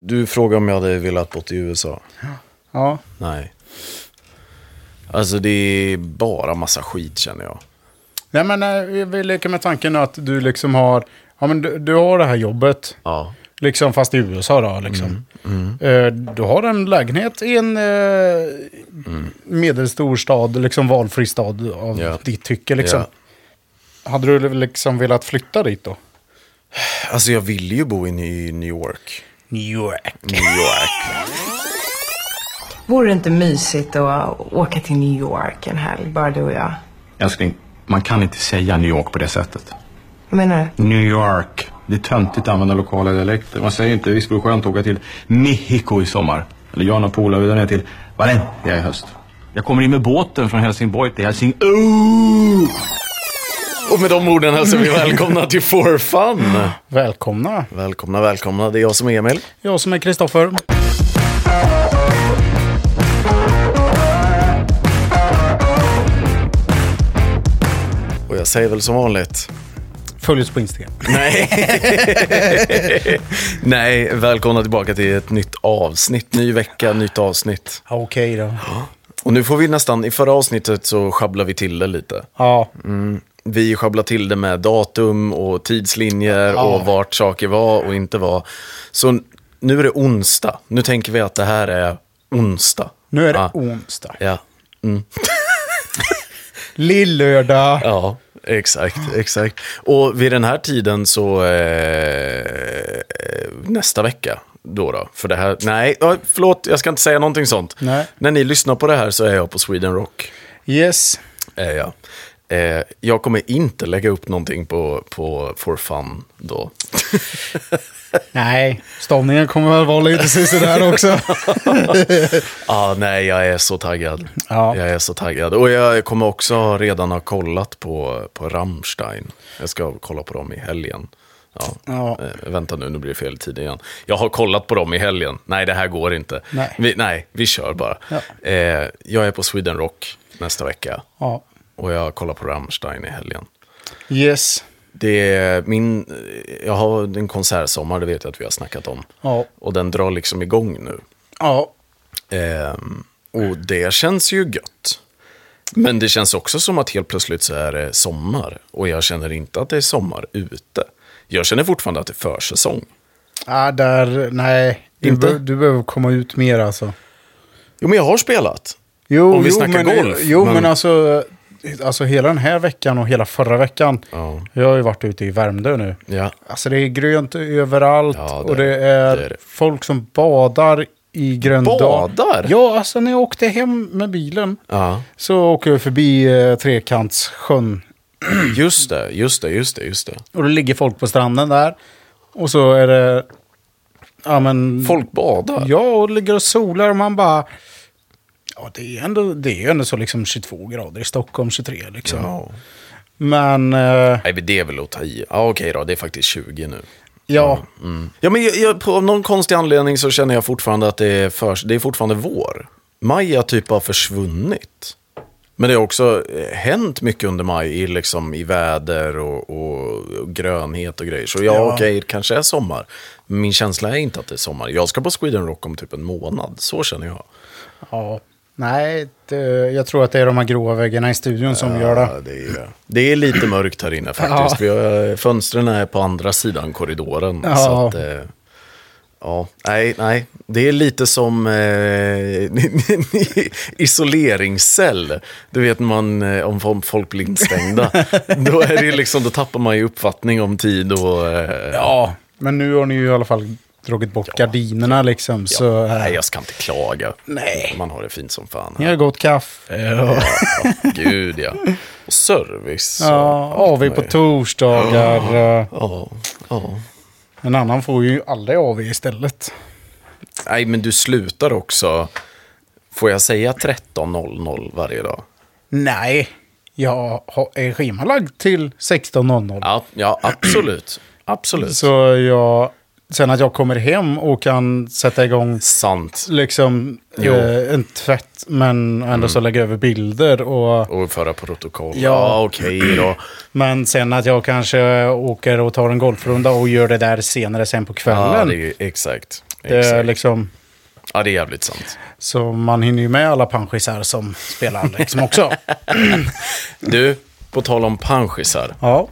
Du frågade om jag hade velat bo i USA. Ja. Nej. Alltså det är bara massa skit känner jag. Nej men vi leker med tanken att du liksom har... Ja men du har det här jobbet. Ja. Liksom fast i USA då liksom. Du har en lägenhet i en medelstor stad, liksom valfri stad av ditt tycke liksom. Ja. Hade du liksom velat flytta dit då? Alltså jag vill ju bo i New York. New York. Vore det inte mysigt att åka till New York en helg, bara du och jag? Älskling, man kan inte säga New York på det sättet. Vad menar du? New York. Det är töntigt att använda lokala dialekter. Man säger inte, visst vore skönt att åka till Mexico i sommar. Eller Jan och Pola vidare ner till Valencia i höst. Jag kommer in med båten från Helsingborg till Helsingborg. Och med de orden hälsar vi välkomna till For Fun. Välkomna. Välkomna. Det är jag som är Emil. Jag som är Kristoffer. Och jag säger väl som vanligt. Följ oss på Instagram. Nej, välkomna tillbaka till ett nytt avsnitt. Ny vecka, nytt avsnitt. Okej då. Och nu får vi nästan, i förra avsnittet så sjabblar vi till det lite. Ja. Vi sjabblar till det med datum och tidslinjer och vart saker var och inte var. Så nu är det onsdag. Nu tänker vi att det här är onsdag. Nu är det onsdag. Ja. Lillördag. Ja, exakt. Och vid den här tiden så nästa vecka då. För det här, nej, förlåt, jag ska inte säga någonting sånt. Nej. När ni lyssnar på det här så är jag på Sweden Rock. Yes. Ja. Jag kommer inte lägga upp någonting på For Fun då. Nej, stavningen kommer väl vara lite sådär också. Nej, jag är så taggad. Ja. Jag är så taggad. Och jag kommer också redan ha kollat på Rammstein. Jag ska kolla på dem i helgen. Ja. Vänta nu blir det fel tid igen. Jag har kollat på dem i helgen. Nej, det här går inte. Vi kör bara. Ja. Jag är på Sweden Rock nästa vecka. Ja. Och jag kollar på Rammstein i helgen. Yes. Det är jag har en konsertsommar, det vet jag att vi har snackat om. Ja. Och den drar liksom igång nu. Ja. Och det känns ju gött. Men det känns också som att helt plötsligt så är det sommar. Och jag känner inte att det är sommar ute. Jag känner fortfarande att det är försäsong. Nej. Du behöver komma ut mer alltså. Jo, men jag har spelat. Om vi snackar golf. Men alltså hela den här veckan och hela förra veckan. Ja. Jag har ju varit ute i Värmdö nu. Ja. Alltså det är grönt överallt. Ja, och det är folk som badar i Gröndal. Badar? Ja, alltså när jag åkte hem med bilen så åker jag förbi Trekantssjön. Just det. Och då ligger folk på stranden där. Och så är det... Ja, men, folk badar? Ja, och ligger och solar och man bara... Ja, det är ändå så liksom 22 grader i Stockholm, 23 liksom. Ja. Men... Nej, det är väl att ta i. Ja, okej då, det är faktiskt 20 nu. Ja. Ja, men på någon konstig anledning så känner jag fortfarande att det är fortfarande vår. Maj typ har försvunnit. Men det har också hänt mycket under maj i väder och grönhet och grejer. Så okej, det kanske är sommar. Min känsla är inte att det är sommar. Jag ska på Sweden Rock om typ en månad. Så känner jag. Ja, nej, jag tror att det är de här gråa väggarna i studion som gör det. Det är lite mörkt här inne faktiskt. Fönstren är på andra sidan korridoren. Ja. Så att... nej. Det är lite som isoleringscell. Du vet man om folk blir instängda. Då är det liksom, då tappar man ju uppfattning om tid och... Ja, men nu har ni ju i alla fall dragit bort gardinerna liksom. Ja, så, nej, jag ska inte klaga. Nej. Man har det fint som fan. Ni har gott kaffe. Ja, gud ja. Och service. Ja, AV på torsdagar. Ja. En annan får ju aldrig AV istället. Nej, men du slutar också. Får jag säga 13.00 varje dag? Nej, jag är schemalagd till 16.00. Ja, absolut. Absolut. Så sen att jag kommer hem och kan sätta igång liksom en tvätt, men ändå så lägga över bilder och föra protokoll. Ja, okej då. Men sen att jag kanske åker och tar en golfrunda och gör det där senare sen på kvällen. Ja, det är exakt. Det är liksom... Ja, det är jävligt sant. Så man hinner ju med alla panschisar som spelar liksom också. Du, på tal om panschisar. Ja.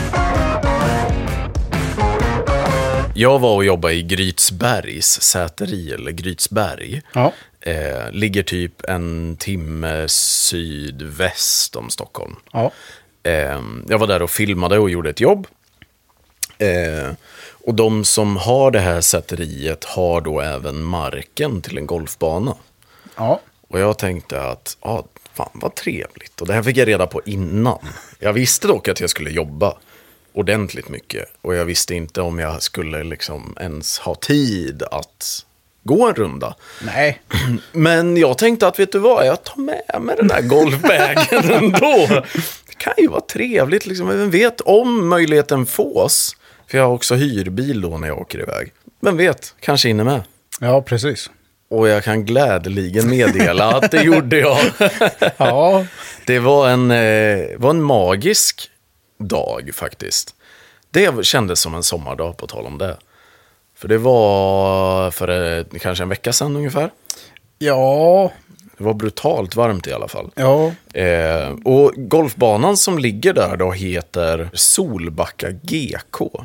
Jag var och jobbade i Grytsbergs säteri, eller Grytsberg. Ja. Ligger typ en timme sydväst om Stockholm. Ja. Jag var där och filmade och gjorde ett jobb. Och de som har det här säteriet har då även marken till en golfbana. Ja. Och jag tänkte att, fan vad trevligt. Och det här fick jag reda på innan. Jag visste dock att jag skulle jobba ordentligt mycket. Och jag visste inte om jag skulle liksom ens ha tid att gå en runda. Nej. Men jag tänkte att, vet du vad, jag tar med mig den där golfbägen ändå. Det kan ju vara trevligt liksom. Vem vet om möjligheten fås. För jag har också hyrbil då när jag åker iväg. Vem vet, kanske hinner med. Ja, precis. Och jag kan glädjeligen meddela att det gjorde jag. Ja. Det var en magisk dag faktiskt. Det kändes som en sommardag på tal om det. För det var för kanske en vecka sedan ungefär. Ja. Det var brutalt varmt i alla fall. Ja. Och golfbanan som ligger där då heter Solbacka GK.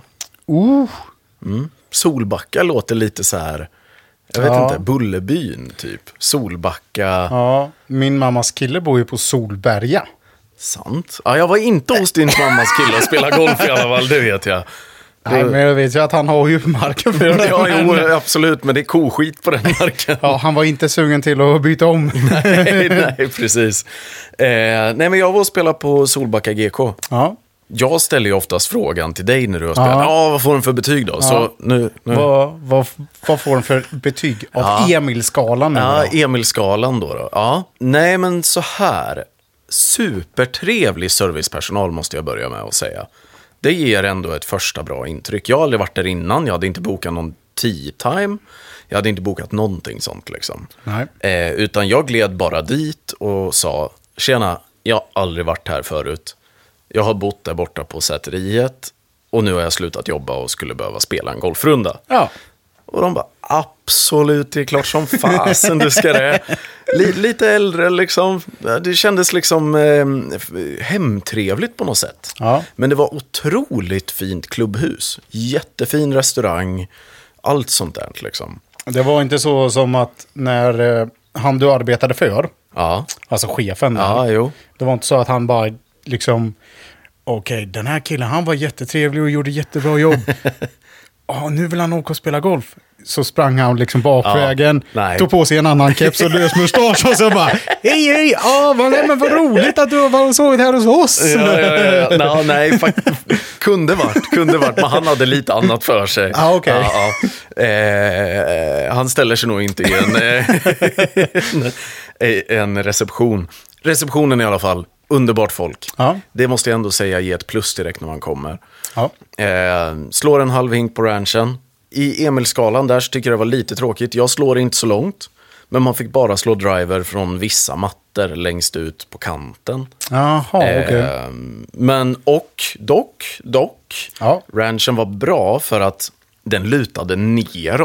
Solbacka låter lite så här, jag vet inte, Bullerbyn typ. Solbacka. Ja, min mammas kille bor ju på Solberga. Sant. Ja, jag var inte hos din mammas kille och spelade golf i alla fall, det vet jag. Nej, men jag vet ju att han har ju marken för det. Ja, jo, absolut, men det är koskit på den marken. Ja, han var inte sugen till att byta om. nej, precis. Nej, men jag var och spelade på Solbacka GK. Ja. Jag ställer ju oftast frågan till dig när du har spelat. Vad får den för betyg då? Ja. Så nu. Vad får den för betyg av Emil-skalan? Ja, Emil-skalan då. Ja. Nej, men så här. Supertrevlig servicepersonal måste jag börja med att säga. Det ger ändå ett första bra intryck. Jag har aldrig varit där innan. Jag hade inte bokat någon tea time. Jag hade inte bokat någonting sånt liksom. Nej. Utan jag gled bara dit och sa, tjena, jag har aldrig varit här förut. Jag har bott där borta på säteriet och nu har jag slutat jobba och skulle behöva spela en golfrunda. Ja. Och de bara, absolut, det är klart som fasen du ska det. Lite äldre liksom. Det kändes liksom hemtrevligt på något sätt. Ja. Men det var otroligt fint klubbhus. Jättefin restaurang. Allt sånt där liksom. Det var inte så som att när han du arbetade för, alltså chefen där, det var inte så att han bara liksom, okej, den här killen, han var jättetrevlig och gjorde jättebra jobb. Nu vill han åka och spela golf. Så sprang han liksom bakvägen, tog på sig en annan keps och lös mustasch och så bara, hej, men vad roligt att du har sovit här hos oss. Ja. Nej, kunde varit, men han hade lite annat för sig. Okay. Han ställer sig nog inte i en reception. Receptionen i alla fall, underbart folk. Ja. Det måste jag ändå säga, ge ett plus direkt när man kommer. Ja. Slår en halv hink på ranchen. I Emil-skalan där så tycker jag det var lite tråkigt. Jag slår inte så långt. Men man fick bara slå driver från vissa mattor längst ut på kanten. Jaha, okej. Men dock. Ranchen var bra för att den lutade neråt.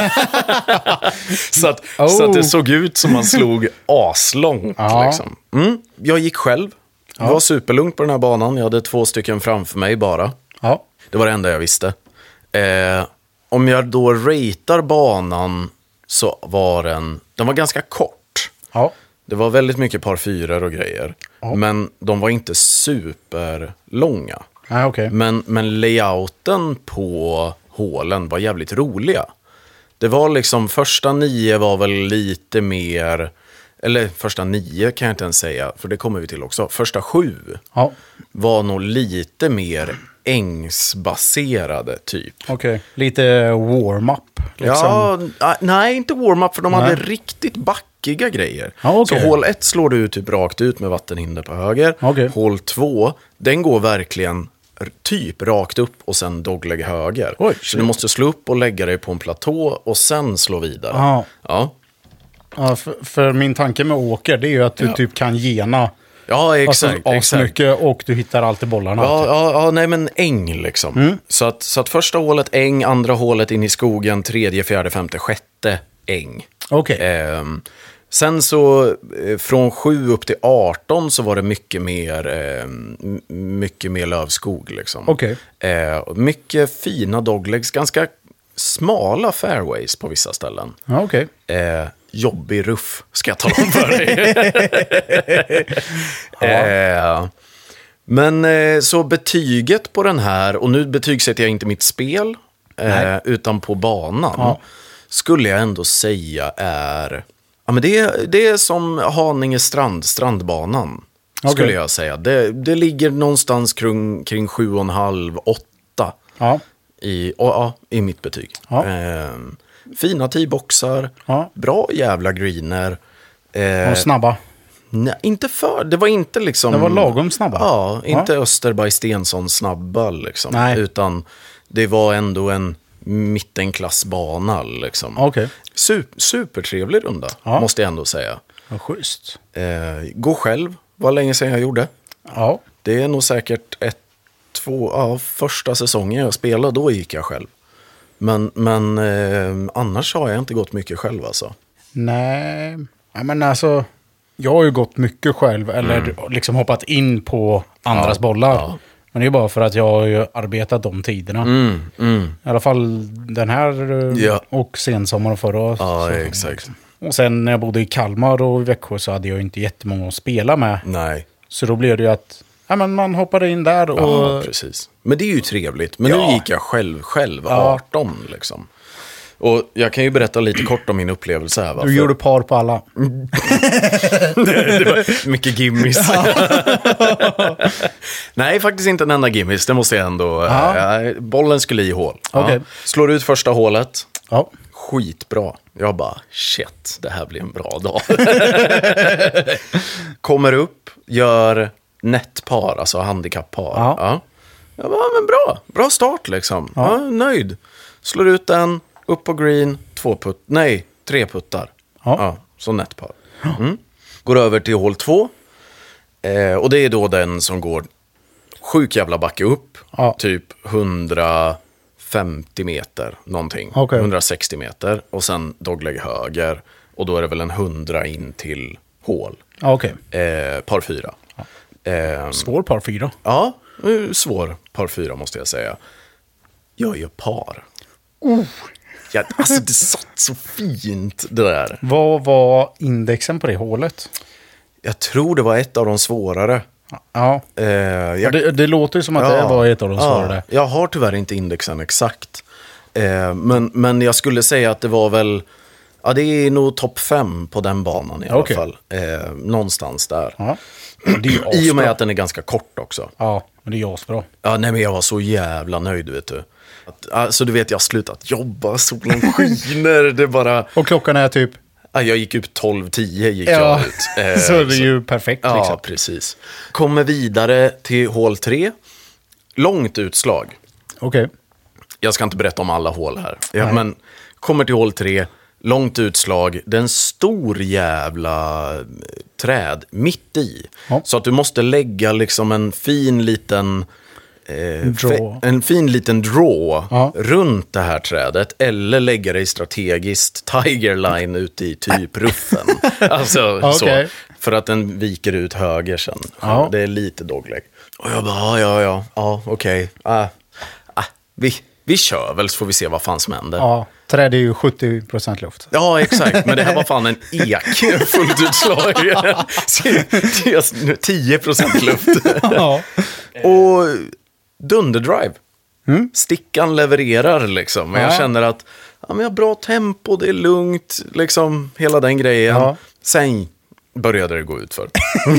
så att det såg ut som man slog aslångt. Liksom. Jag gick själv. Det var superlugnt på den här banan. Jag hade 2 stycken framför mig bara. Ja. Det var det enda jag visste. Om jag då ratear banan så var den var ganska kort. Ja. Det var väldigt mycket par 4 och grejer. Ja. Men de var inte superlånga. Okay. Men layouten på hålen var jävligt roliga. Det var liksom, första 9 var väl lite mer, eller första 9 kan jag inte ens säga, för det kommer vi till också. Första 7 var nog lite mer ängsbaserade typ. Okej, lite warm-up liksom. Ja, nej, inte warm-up, för de hade riktigt backiga grejer. Okay. Så hål 1 slår du typ rakt ut med vattenhinder på höger. Okay. Hål 2, den går verkligen typ rakt upp och sen dogleg höger. Oj, så du måste slå upp och lägga dig på en platå och sen slå vidare. Ja, för min tanke med åker, det är ju att du typ kan gena Ja, exakt. Alltså, mycket och du hittar alltid bollarna. Ja, nej men äng liksom. Så att första hålet äng, andra hålet in i skogen, tredje, fjärde, femte, sjätte äng. Okej. Sen så från 7 upp till 18 så var det mycket mer lövskog liksom. Okej. Mycket fina doglegs, ganska smala fairways på vissa ställen. Ja, okej. Jobbig ruff ska jag tala om för dig. Men så betyget på den här, och nu betygsätter jag inte mitt spel utan på banan, skulle jag ändå säga är... Ja, men det är som Haninge strandbanan, skulle jag säga. Det ligger någonstans kring 7,5-8 i mitt betyg. Ja. Fina teeboxar, bra jävla greener. Och snabba? Nej, inte för. Det var inte liksom... Det var lagom snabba? Ja, inte Österberg Stensson snabba liksom. Nej. Utan det var ändå en mittenklassbana liksom. Okay. Supertrevlig runda, måste jag ändå säga. Ja, schysst. Gå själv, var länge sedan jag gjorde. Ja. Det är nog säkert första säsongen jag spelade, då gick jag själv. Men annars har jag inte gått mycket själv alltså. Nej, men alltså jag har ju gått mycket själv eller liksom hoppat in på andras bollar. Ja. Men det är bara för att jag har ju arbetat de tiderna. I alla fall den här och sensommar och förra. Ja, exakt. Och sen när jag bodde i Kalmar och i Växjö så hade jag inte jättemånga att spela med. Nej. Så då blev det ju att man hoppade in där. Och... Ja, precis. Men det är ju trevligt. Men nu gick jag själv 18 liksom. Och jag kan ju berätta lite kort om min upplevelse här. Du gjorde par på alla. Det var mycket gimmis. Nej, faktiskt inte en enda gimmis. Det måste jag ändå... bollen skulle i hål. Okay. Slår ut första hålet. Ja. Skitbra. Jag bara, shit, det här blir en bra dag. Kommer upp, gör nettpar, alltså handikappar. Ja. Jag bara, men bra start liksom. Ja, nöjd. Slår ut den. Upp på green, 3 puttar. Ja, så nettpar. Går över till hål 2. Och det är då den som går sjuk jävla backe upp. Typ 150 meter någonting. 160 meter. Och sen dogleg höger. Och då är det väl en 100 in till hål. Par 4. Svår par 4. Ja, svår par 4 måste jag säga. Jag är ju par. Ja, alltså det satt så fint det där. Vad var indexen på det hålet? Jag tror det var ett av de svårare. Ja. Det låter ju som att det var ett av de svårare. Jag har tyvärr inte indexen exakt. Men jag skulle säga att det var väl... Ja, det är nog topp 5 på den banan i alla fall. Någonstans där. Ja. I och med att den är ganska kort också. Ja, men det är asbra. Ja, nej, men jag var så jävla nöjd, vet du. Alltså du vet, jag har slutat jobba, solen skiner, det bara... Och klockan är typ? Jag gick upp 12:10 gick jag ut. Så det är ju perfekt liksom. Ja, precis. Kommer vidare till hål 3. Långt utslag. Okej. Jag ska inte berätta om alla hål här. Men kommer till hål 3. Långt utslag. Det är en stor jävla träd mitt i. Ja. Så att du måste lägga liksom en fin liten... en fin liten draw runt det här trädet eller lägga det i strategiskt tigerline ute i typ ruffen. Alltså så, för att den viker ut höger sen. Det är lite dogleg. Och jag bara, okej. Vi kör väl så får vi se vad fan som händer. Ja, träd är ju 70% luft. Ja, exakt. Men det här var fan en ek fullt utslag. 10% luft. Och dunderdrive. Stickan levererar liksom. Men jag känner att men jag har bra tempo, det är lugnt, liksom hela den grejen. Sen började det gå ut för.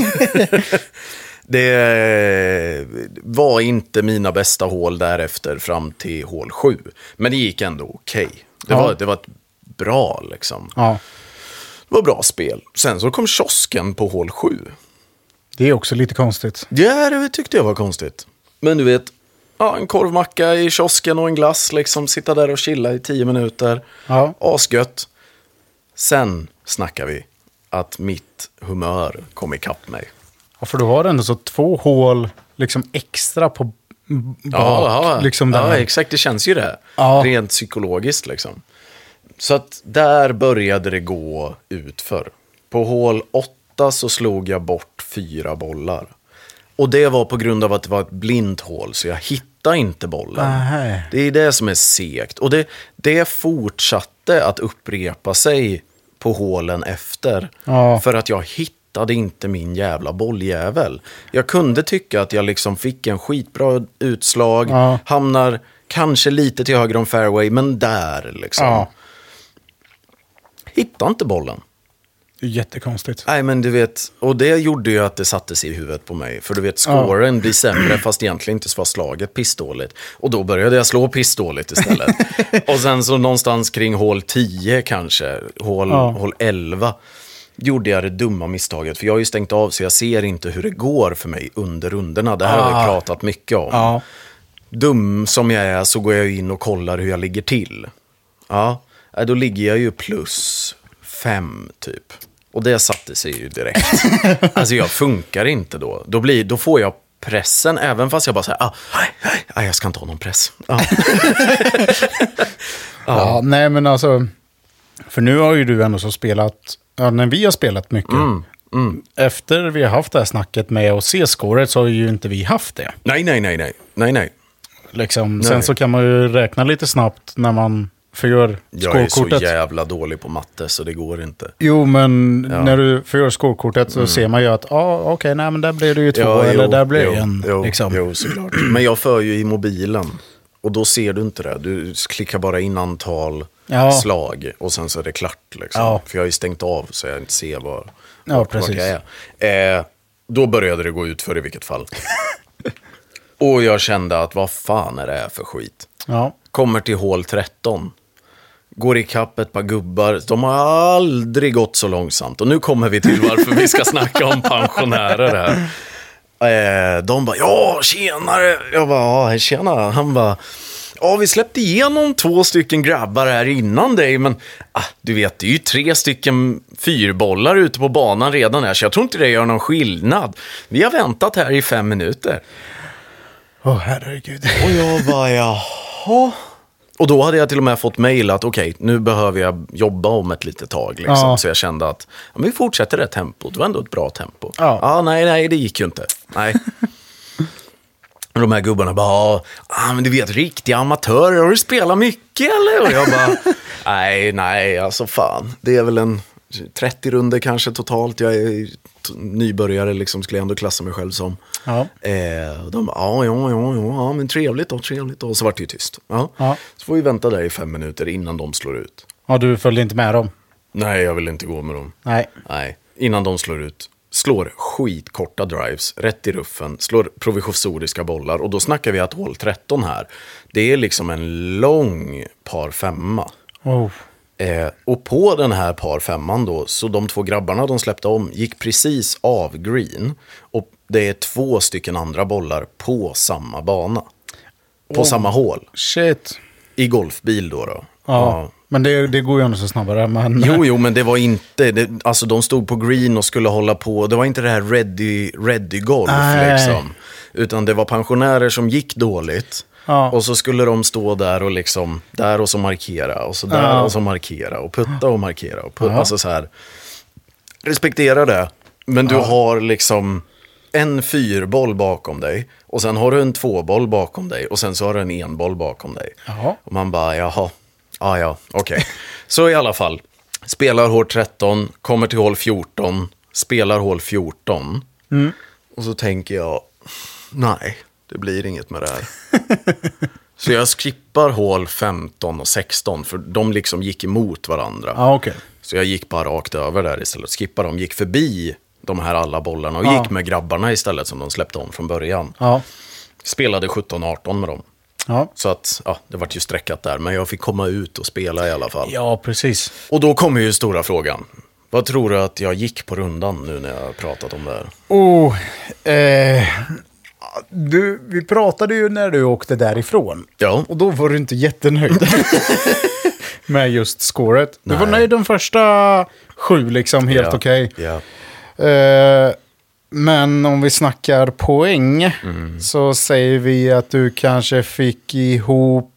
Det var inte mina bästa hål därefter fram till hål 7. Men det gick ändå okej. Det var ett bra liksom. Det var bra spel. Sen så kom kiosken på hål 7. Det är också lite konstigt. Ja, det tyckte jag var konstigt. Men du vet, en korvmacka i kiosken och en glass, liksom sitta där och chilla i 10 minuter. Asgött. Sen snackar vi att mitt humör kom ikapp mig. Ja, för du har ändå så 2 hål liksom extra på bak. Liksom ja, exakt. Det känns ju det. Ja. Rent psykologiskt liksom. Så att där började det gå utför. På hål 8 så slog jag bort 4 bollar. Och det var på grund av att det var ett blint hål, så jag hittade inte bollen. Aha. Det är det som är segt. Och det fortsatte att upprepa sig på hålen efter. Ja. För att jag hittade inte min jävla bolljävel. Jag kunde tycka att jag liksom fick en skitbra utslag. Ja. Hamnar kanske lite till höger om fairway, men där liksom. Ja. Hittade inte bollen. Det är jättekonstigt. Nej, men du vet, och det gjorde ju att det satte sig i huvudet på mig. För du vet, scoren blir sämre fast egentligen inte var slaget pissdåligt. Och då började jag slå pissdåligt istället. Och sen så någonstans kring hål 10 kanske, hål 11, gjorde jag det dumma misstaget. För jag har ju stängt av så jag ser inte hur det går för mig under rundorna. Det här har vi pratat mycket om. Ja. Dum som jag är så går jag in och kollar hur jag ligger till. Ja, då ligger jag ju +5 typ. Och det satte sig ju direkt. Alltså jag funkar inte då. Då får jag pressen, även fast jag bara säger jag ska inte ha någon press. Ja, nej men alltså, för nu har ju du ändå så spelat, när vi har spelat mycket, efter vi har haft det här snacket med att se scoret så har ju inte vi haft det. Nej. Liksom, sen så kan man ju räkna lite snabbt när man förgör scorekortet. Jag är så jävla dålig på matte så det går inte. Jo, men när du förgör scorekortet så ser man ju att okej, nej men där blir det ju 2 eller där blir det 1. Liksom. Jo, såklart. Men jag för ju i mobilen och då ser du inte det. Du klickar bara in antal slag och sen så är det klart. Liksom. Ja. För jag har ju stängt av så jag inte ser vart jag är. Då började det gå ut för i vilket fall. Och jag kände att vad fan är det här för skit? Ja. Kommer till hål 13. Går i kapp ett par gubbar. De har aldrig gått så långsamt. Och nu kommer vi till varför vi ska snacka om pensionärer här. De bara, ja, tjenare. Jag bara, ja, tjena. Han bara, ja, vi släppte igenom 2 stycken grabbar här innan dig. Men du vet, det är ju 3 stycken fyrbollar ute på banan redan här. Så jag tror inte det gör någon skillnad. Vi har väntat här i 5 minuter. Herregud. Och jag bara, jaha. Och då hade jag till och med fått mejl att okej, nu behöver jag jobba om ett litet tag. Liksom. Så jag kände att vi fortsätter det tempot. Det var ändå ett bra tempo. Nej, det gick ju inte. Nej. Och de här gubbarna bara, men du vet, riktiga amatörer, har du spelat mycket eller? Och jag bara, nej, alltså fan. Det är väl en 30 runder kanske totalt. Jag är nybörjare, liksom, skulle jag ändå klassa mig själv som. Ja. De bara, ja, men trevligt då. Och så var det ju tyst. Ja. Så får vi vänta där i 5 minuter innan de slår ut. Ja, du följde inte med dem? Nej, jag vill inte gå med dem. Nej. Innan de slår ut. Slår skitkorta drives, rätt i ruffen, slår provisoriska bollar. Och då snackar vi att hål 13 här. Det är liksom en lång par 5. Och på den här par 5 då, så de 2 grabbarna de släppte om gick precis av green. Och det är 2 stycken andra bollar på samma bana. På samma hål. Shit. I golfbil då. Ja. Men det går ju ändå så snabbare. Men... Jo, men det var inte... alltså de stod på green och skulle hålla på. Det var inte det här ready golf liksom. Utan det var pensionärer som gick dåligt. Ja. Och så skulle de stå där och liksom... Där och så markera. Och så där och så markera. Och putta och markera. Och putta, alltså så här. Respektera det. Men du har liksom... en 4-boll bakom dig. Och sen har du en 2-boll bakom dig. Och sen så har du en 1-boll bakom dig. Jaha. Och man bara, jaha. Okej. Så i alla fall. Spelar hål 13. Kommer till hål 14. Spelar hål 14. Och så tänker jag, nej, det blir inget med det här. Så jag skippar hål 15 och 16. För de liksom gick emot varandra. Okay. Så jag gick bara rakt över där istället. Skippar dem, gick förbi de här alla bollarna och gick med grabbarna istället som de släppte om från början. Spelade 17-18 med dem. Så att, det var ju sträckat där. Men jag fick komma ut och spela i alla fall. Ja, precis. Och då kommer ju stora frågan. Vad tror du att jag gick på rundan nu när jag har pratat om det här? Vi pratade ju när du åkte därifrån. Ja. Och då var du inte jättenöjd med just scoret. Du var nöjd de första 7 liksom, helt okej. Ja. Men om vi snackar poäng så säger vi att du kanske fick ihop,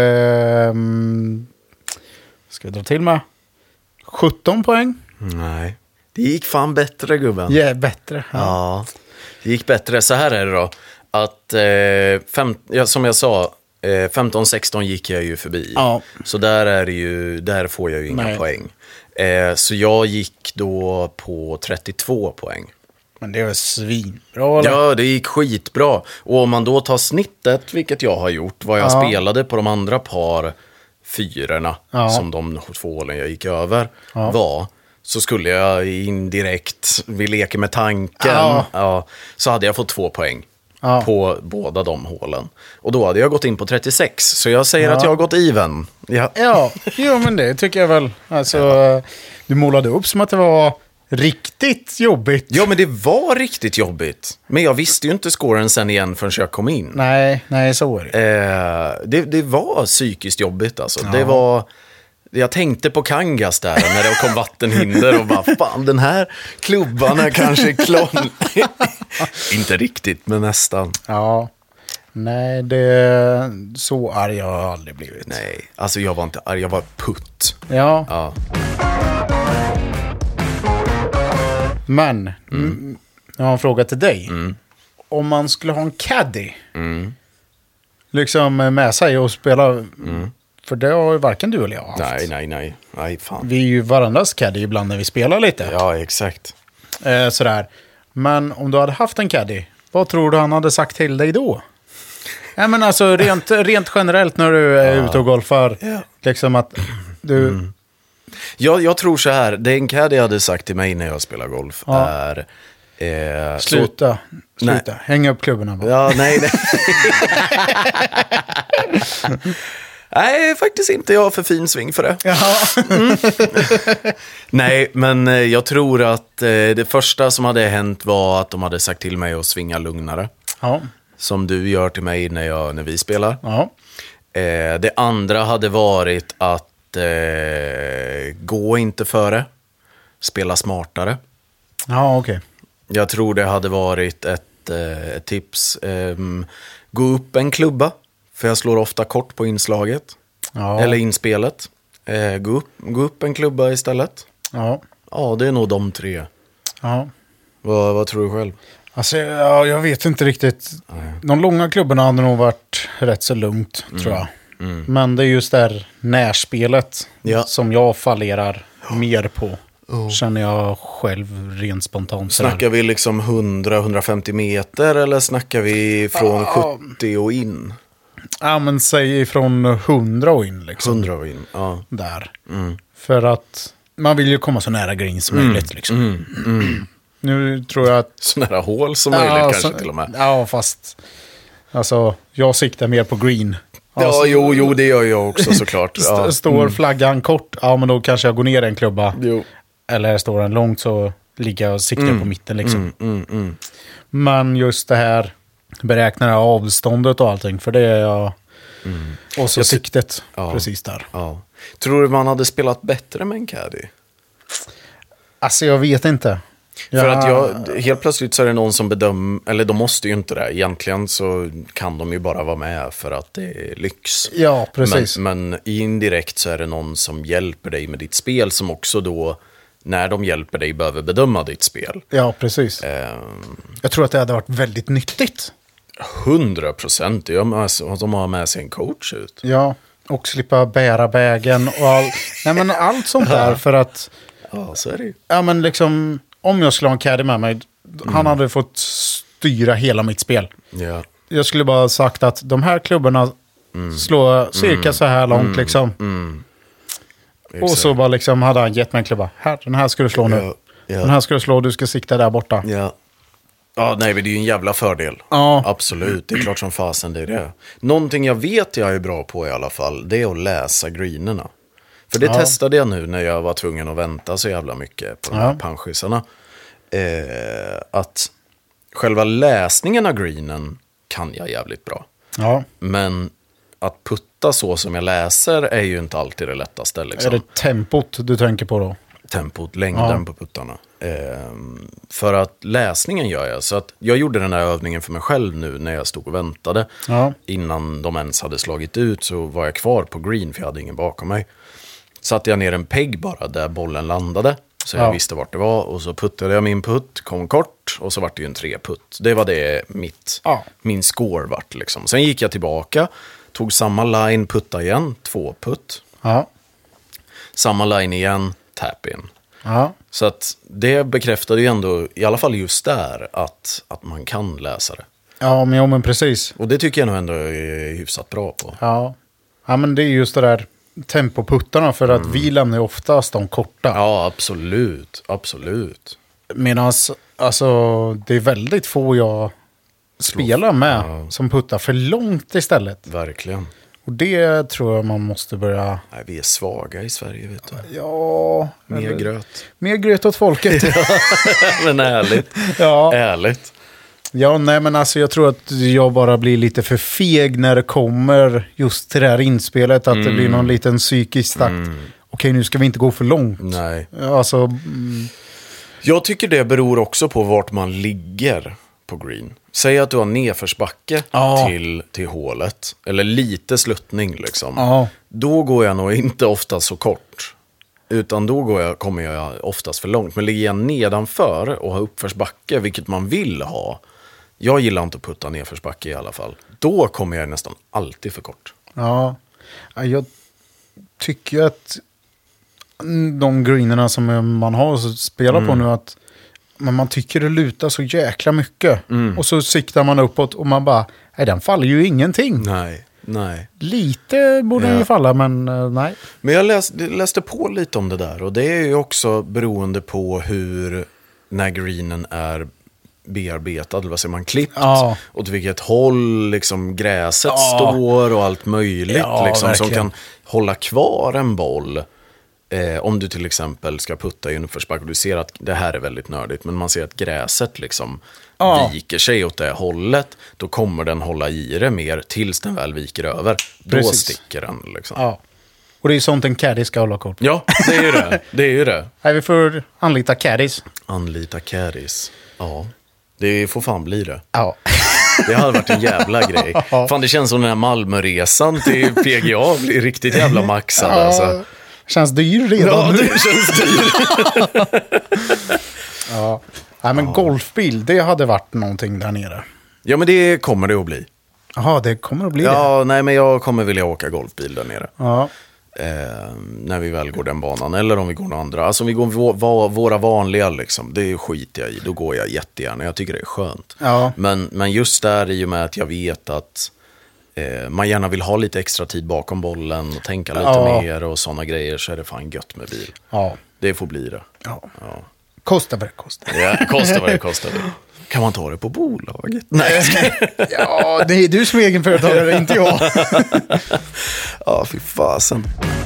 ska jag dra till med, 17 poäng? Nej, det gick fan bättre, gubben. Ja, bättre. Ja, det gick bättre. Så här är det då. Att, som jag sa, 15-16 gick jag ju förbi. Ja. Så där får jag ju inga poäng. Så jag gick då på 32 poäng. Men det var svinbra, eller? Ja, det gick skitbra. Och om man då tar snittet, vilket jag har gjort, vad jag spelade på de andra par fyrorna, som de 2 hålen jag gick över var, så skulle jag indirekt, vi leker med tanken, så hade jag fått 2 poäng på båda de hålen. Och då hade jag gått in på 36, så jag säger att jag har gått even. Ja, men det tycker jag väl. Alltså, du målade upp som att det var riktigt jobbigt. Ja, men det var riktigt jobbigt. Men jag visste ju inte scoren sen igen förrän jag kom in. Nej, så är det. Det var psykiskt jobbigt alltså. Det var... Jag tänkte på Kangas där när det kom vattenhinder och bara, fan, den här klubban är kanske klon. Inte riktigt, men nästan. Ja. Nej, så arg har jag aldrig blivit. Nej, alltså jag var inte arg, jag var putt. Ja. Men, jag har en fråga till dig. Om man skulle ha en caddy, liksom med sig och spela, för det har ju varken du eller jag haft. Nej, fan. Vi är ju varandras caddy ibland när vi spelar lite. Ja, exakt. Sådär. Men om du hade haft en caddy, vad tror du han hade sagt till dig då? Ja, men alltså rent generellt när du är ute och golfar, liksom att du... Jag tror så här, det en caddy hade sagt till mig när jag spelar golf är... Sluta. Hänga upp klubborna bara. Ja, nej. Nej, faktiskt inte. Jag har för fin sving för det. Nej, men jag tror att det första som hade hänt var att de hade sagt till mig att svinga lugnare. Ja. Som du gör till mig när vi spelar. Ja. Det andra hade varit att gå inte före. Spela smartare. Ja, okej. Jag tror det hade varit ett tips. Gå upp en klubba. För jag slår ofta kort på inslaget. Ja. Eller inspelet. Gå upp en klubba istället. Ja. Ja, det är nog de 3. Ja. Vad tror du själv? Alltså, jag vet inte riktigt. De långa klubborna hade nog varit rätt så lugnt, tror jag. Men det är just där närspelet som jag fallerar mer på. Känner jag själv rent spontant. Snackar vi liksom 100-150 meter eller snackar vi från 70 och in? Ja, men säg från 100 och in liksom. 100 och in, ja. Där. För att man vill ju komma så nära green som möjligt liksom. Nu tror jag att... Så nära hål som möjligt kanske till och med. Ja, fast... Alltså, jag siktar mer på green. Alltså, ja, jo, det gör jag också såklart. Står flaggan kort, ja men då kanske jag går ner en klubba. Jo. Eller står den långt så ligger jag och siktar på mitten liksom. Men just det här beräknar avståndet och allting, för det är jag... Och så siktet precis där. Ja. Tror du man hade spelat bättre med en caddy? Alltså jag vet inte. För att helt plötsligt så är det någon som bedömer, eller de måste ju inte det. Egentligen så kan de ju bara vara med för att det är lyx. Ja, precis. Men indirekt så är det någon som hjälper dig med ditt spel, som också då, när de hjälper dig, behöver bedöma ditt spel. Ja, precis. Jag tror att det hade varit väldigt nyttigt. 100%. De har med sig en coach ut. Ja, och slippa bära bägen och allt sånt där, för att... Ja, så är det ju. Ja, men liksom, om jag skulle ha en caddy med mig, han hade fått styra hela mitt spel. Ja. Jag skulle bara sagt att de här klubborna slår cirka så här långt liksom. Och så bara liksom hade han gett mig en klubba. Den här ska du slå nu. Ja. Den här ska du slå, du ska sikta där borta. Ja. Ja, nej, det är ju en jävla fördel. Ja. Absolut, det är klart som fasen det är det. Någonting jag vet jag är bra på i alla fall, det är att läsa greenerna. För det testade jag nu när jag var tvungen att vänta så jävla mycket på de här panschisarna. Att själva läsningen av greenen kan jag jävligt bra. Ja. Men att putta så som jag läser är ju inte alltid det lättaste. Liksom. Är det tempot du tänker på då? tempot, längden på puttarna. För att läsningen gör jag. Så att jag gjorde den här övningen för mig själv nu när jag stod och väntade. Ja. Innan de ens hade slagit ut så var jag kvar på green för jag hade ingen bakom mig. Satte jag ner en pegg bara där bollen landade. Så jag visste vart det var. Och så puttade jag min putt, kom kort. Och så var det ju en 3-putt. Det var det min score vart liksom. Sen gick jag tillbaka. Tog samma line, putta igen, 2-putt. Ja. Samma line igen, tap in. Ja. Så att det bekräftade ju ändå, i alla fall just där, att man kan läsa det. Ja, men precis. Och det tycker jag nog ändå är hyfsat bra på. Ja, men det är just det där tempoputtarna för att vi lämnar ju oftast de korta. Ja, absolut. Medan alltså, det är väldigt få jag spelar med som puttar för långt istället. Verkligen. Och det tror jag man måste börja... Nej, vi är svaga i Sverige, vet du. Ja. Mer gröt åt folket. Men ärligt. Ja. Ärligt. Ja, nej men alltså jag tror att jag bara blir lite för feg när det kommer just till det här inspelet. Att det blir någon liten psykisk takt. Okej, nu ska vi inte gå för långt. Nej. Alltså... Jag tycker det beror också på vart man ligger på green. Säg att du har nedförsbacke till hålet. Eller lite sluttning liksom. Då går jag nog inte ofta så kort. Utan då kommer jag oftast för långt. Men ligger jag nedanför och har uppförsbacke, vilket man vill ha. Jag gillar inte att putta nedförsbacke i alla fall. Då kommer jag nästan alltid för kort. Ja, jag tycker att de greenerna som man har spelar på nu att men man tycker det lutar så jäkla mycket. Och så siktar man uppåt och man bara, nej den faller ju ingenting. Nej. Lite borde den ju falla, men nej. Men jag läste på lite om det där. Och det är ju också beroende på hur när greenen är bearbetad, eller vad säger man, klippt. Och till vilket håll liksom gräset står och allt möjligt. Liksom, som kan hålla kvar en boll. Om du till exempel ska putta i en uppförsbacke och du ser att det här är väldigt nördigt, men man ser att gräset liksom viker sig åt det hållet, då kommer den hålla i det mer tills den väl viker över. Då sticker den liksom. Ja. Och det är sånt en caddy ska hålla kort. Ja, det är ju det. Nej, vi får anlita caddies. Ja, det får fan bli det. Ja. Det hade varit en jävla grej. Fan, det känns som den här Malmöresan till PGA blir riktigt jävla maxad alltså. Känns dyr redan. Ja, det känns dyr. Ja. Nej, men golfbil, det hade varit någonting där nere. Ja, men det kommer det att bli. Jaha, det kommer att bli det. Ja, nej, men jag kommer vilja åka golfbil där nere. Ja. När vi väl går den banan. Eller om vi går några andra. Alltså om vi går våra vanliga liksom, det skiter jag i. Då går jag jättegärna. Jag tycker det är skönt. Ja. Men just där, i och med att jag vet att man gärna vill ha lite extra tid bakom bollen och tänka lite mer och sådana grejer, så är det fan gött med bil. Ja. Det får bli det. Ja. Kostar vad det kostar. Ja, kostar vad det kostar. Kan man ta det på bolaget? Nej. Ja, det är du som är egenföretagare, inte jag. Ja, fy fasen.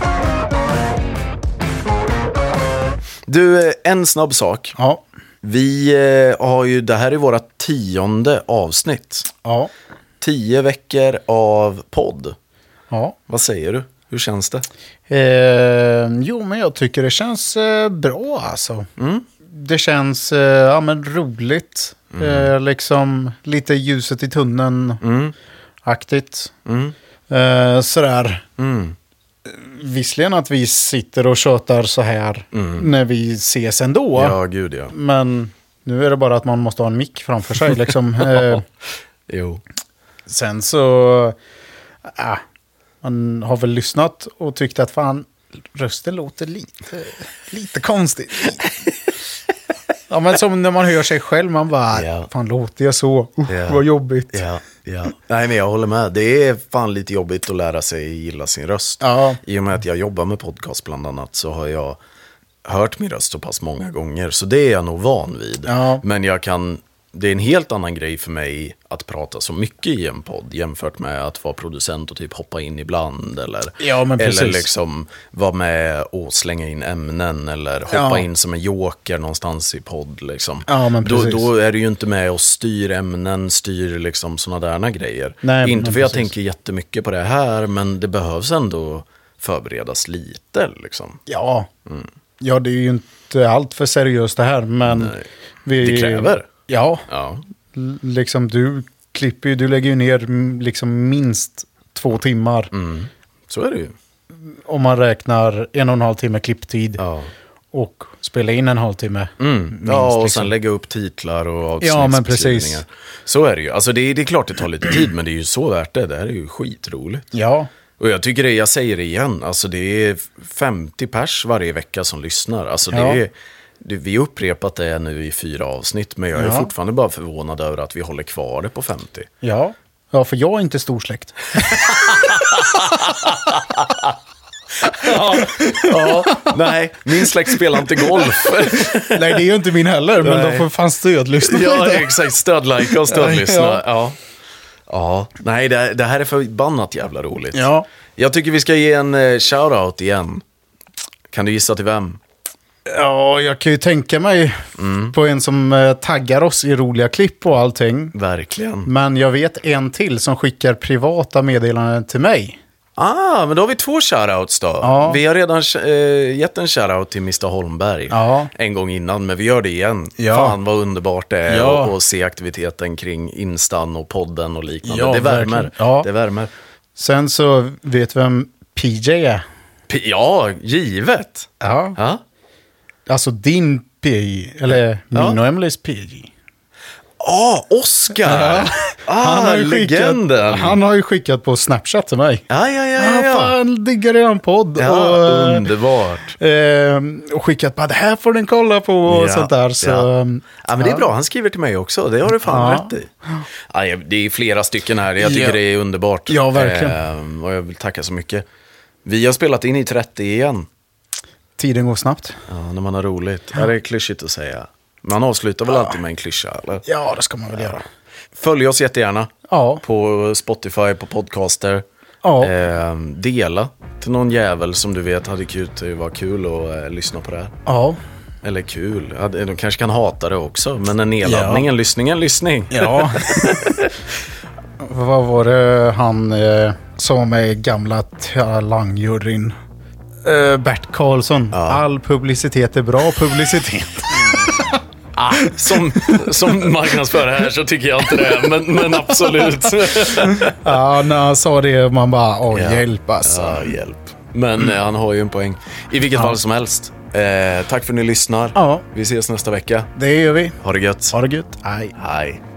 Du, en snabb sak. Ja. Vi har ju, det här är våra 10:e avsnitt. Ja. 10 veckor av podd. Ja. Vad säger du? Hur känns det? Jo, men jag tycker det känns bra alltså. Det känns roligt. Liksom lite ljuset i tunneln-aktigt. Sådär. Visserligen att vi sitter och tjötar så här när vi ses ändå. Ja, gud ja. Men nu är det bara att man måste ha en mick framför sig. Liksom. Jo. Sen så... man har väl lyssnat och tyckt att fan, rösten låter lite konstigt. Ja, men som när man hör sig själv, man bara, fan låter jag så? Vad jobbigt. Ja. Nej, men jag håller med. Det är fan lite jobbigt att lära sig gilla sin röst. Ja. I och med att jag jobbar med podcast bland annat, så har jag hört min röst så pass många gånger. Så det är jag nog van vid. Ja. Men det är en helt annan grej för mig att prata så mycket i en podd jämfört med att vara producent och typ hoppa in ibland eller liksom vara med och slänga in ämnen eller hoppa in som en joker någonstans i podd liksom. Ja, men då är du ju inte med och styr ämnen, styr liksom sådana där grejer. Nej, inte för jag tänker jättemycket på det här, men det behövs ändå förberedas lite liksom. Ja. Ja, det är ju inte allt för seriöst det här, men det kräver. Ja. Liksom du lägger ju ner liksom minst 2 timmar. Så är det ju. Om man räknar 1,5 timme klipptid. Ja. Och spela in 1,5 timme. Ja, och sen lägga upp titlar och avsnittsbeskrivningar. Ja, men precis. Så är det ju. Alltså det är klart det tar lite tid, men det är ju så värt det. Det här är ju skitroligt. Ja. Och jag tycker jag säger det igen, alltså det är 50 pers varje vecka som lyssnar. Alltså vi har upprepat det nu i 4 avsnitt, men jag är fortfarande bara förvånad över att vi håller kvar det på 50. Ja, för jag är inte storsläkt. Nej, min släkt spelar inte golf. Nej, det är ju inte min heller, men de får fan stödlyssna. Ja, exakt, stödlajka och stödlyssna. Ja. Nej, det här är förbannat jävla roligt. Ja. Jag tycker vi ska ge en shoutout igen. Kan du gissa till vem? Ja, jag kan ju tänka mig på en som taggar oss i roliga klipp och allting. Verkligen. Men jag vet en till som skickar privata meddelanden till mig. Men då har vi 2 shoutouts då. Ja. Vi har redan gett en shoutout till Mr. Holmberg en gång innan, men vi gör det igen. Ja. Fan vad underbart det är att se aktiviteten kring Instan och podden och liknande. Det värmer. Ja. Det värmer. Sen så vet vem PJ är. Ja, givet. Ja. Alltså din PJ, eller min och Emelies PJ. Oscar! Legenden! Han har ju skickat på Snapchat till mig. Ja. Fan, diggar eran podd. Ja, underbart. Och skickat bara, det här får den kolla på och sånt där. Så, men det är bra, han skriver till mig också. Det har du fan rätt i. Det är flera stycken här, jag tycker det är underbart. Ja, verkligen. Och jag vill tacka så mycket. Vi har spelat in i 30 igen. Tiden går snabbt. Ja, när man har roligt. Det är klyschigt att säga. Man avslutar väl alltid med en klyscha, eller? Ja, det ska man väl göra. Följ oss jättegärna på Spotify, på podcaster. Dela till någon jävel som du vet hade var kul att lyssna på det här. Ja. Eller kul. De kanske kan hata det också, men en nedladdning, en lyssning. Ja. Vad var det han sa med gamla talangjuryn? Bert Karlsson. All publicitet är bra publicitet. Som marknadsförare här så tycker jag inte det, men absolut. När han sa det, man bara, hjälp alltså. Ja, hjälp. Men han har ju en poäng. I vilket fall som helst. Tack för att ni lyssnar. Vi ses nästa vecka. Det gör vi. Ha det gött. Ha det gött. Hej. Hej.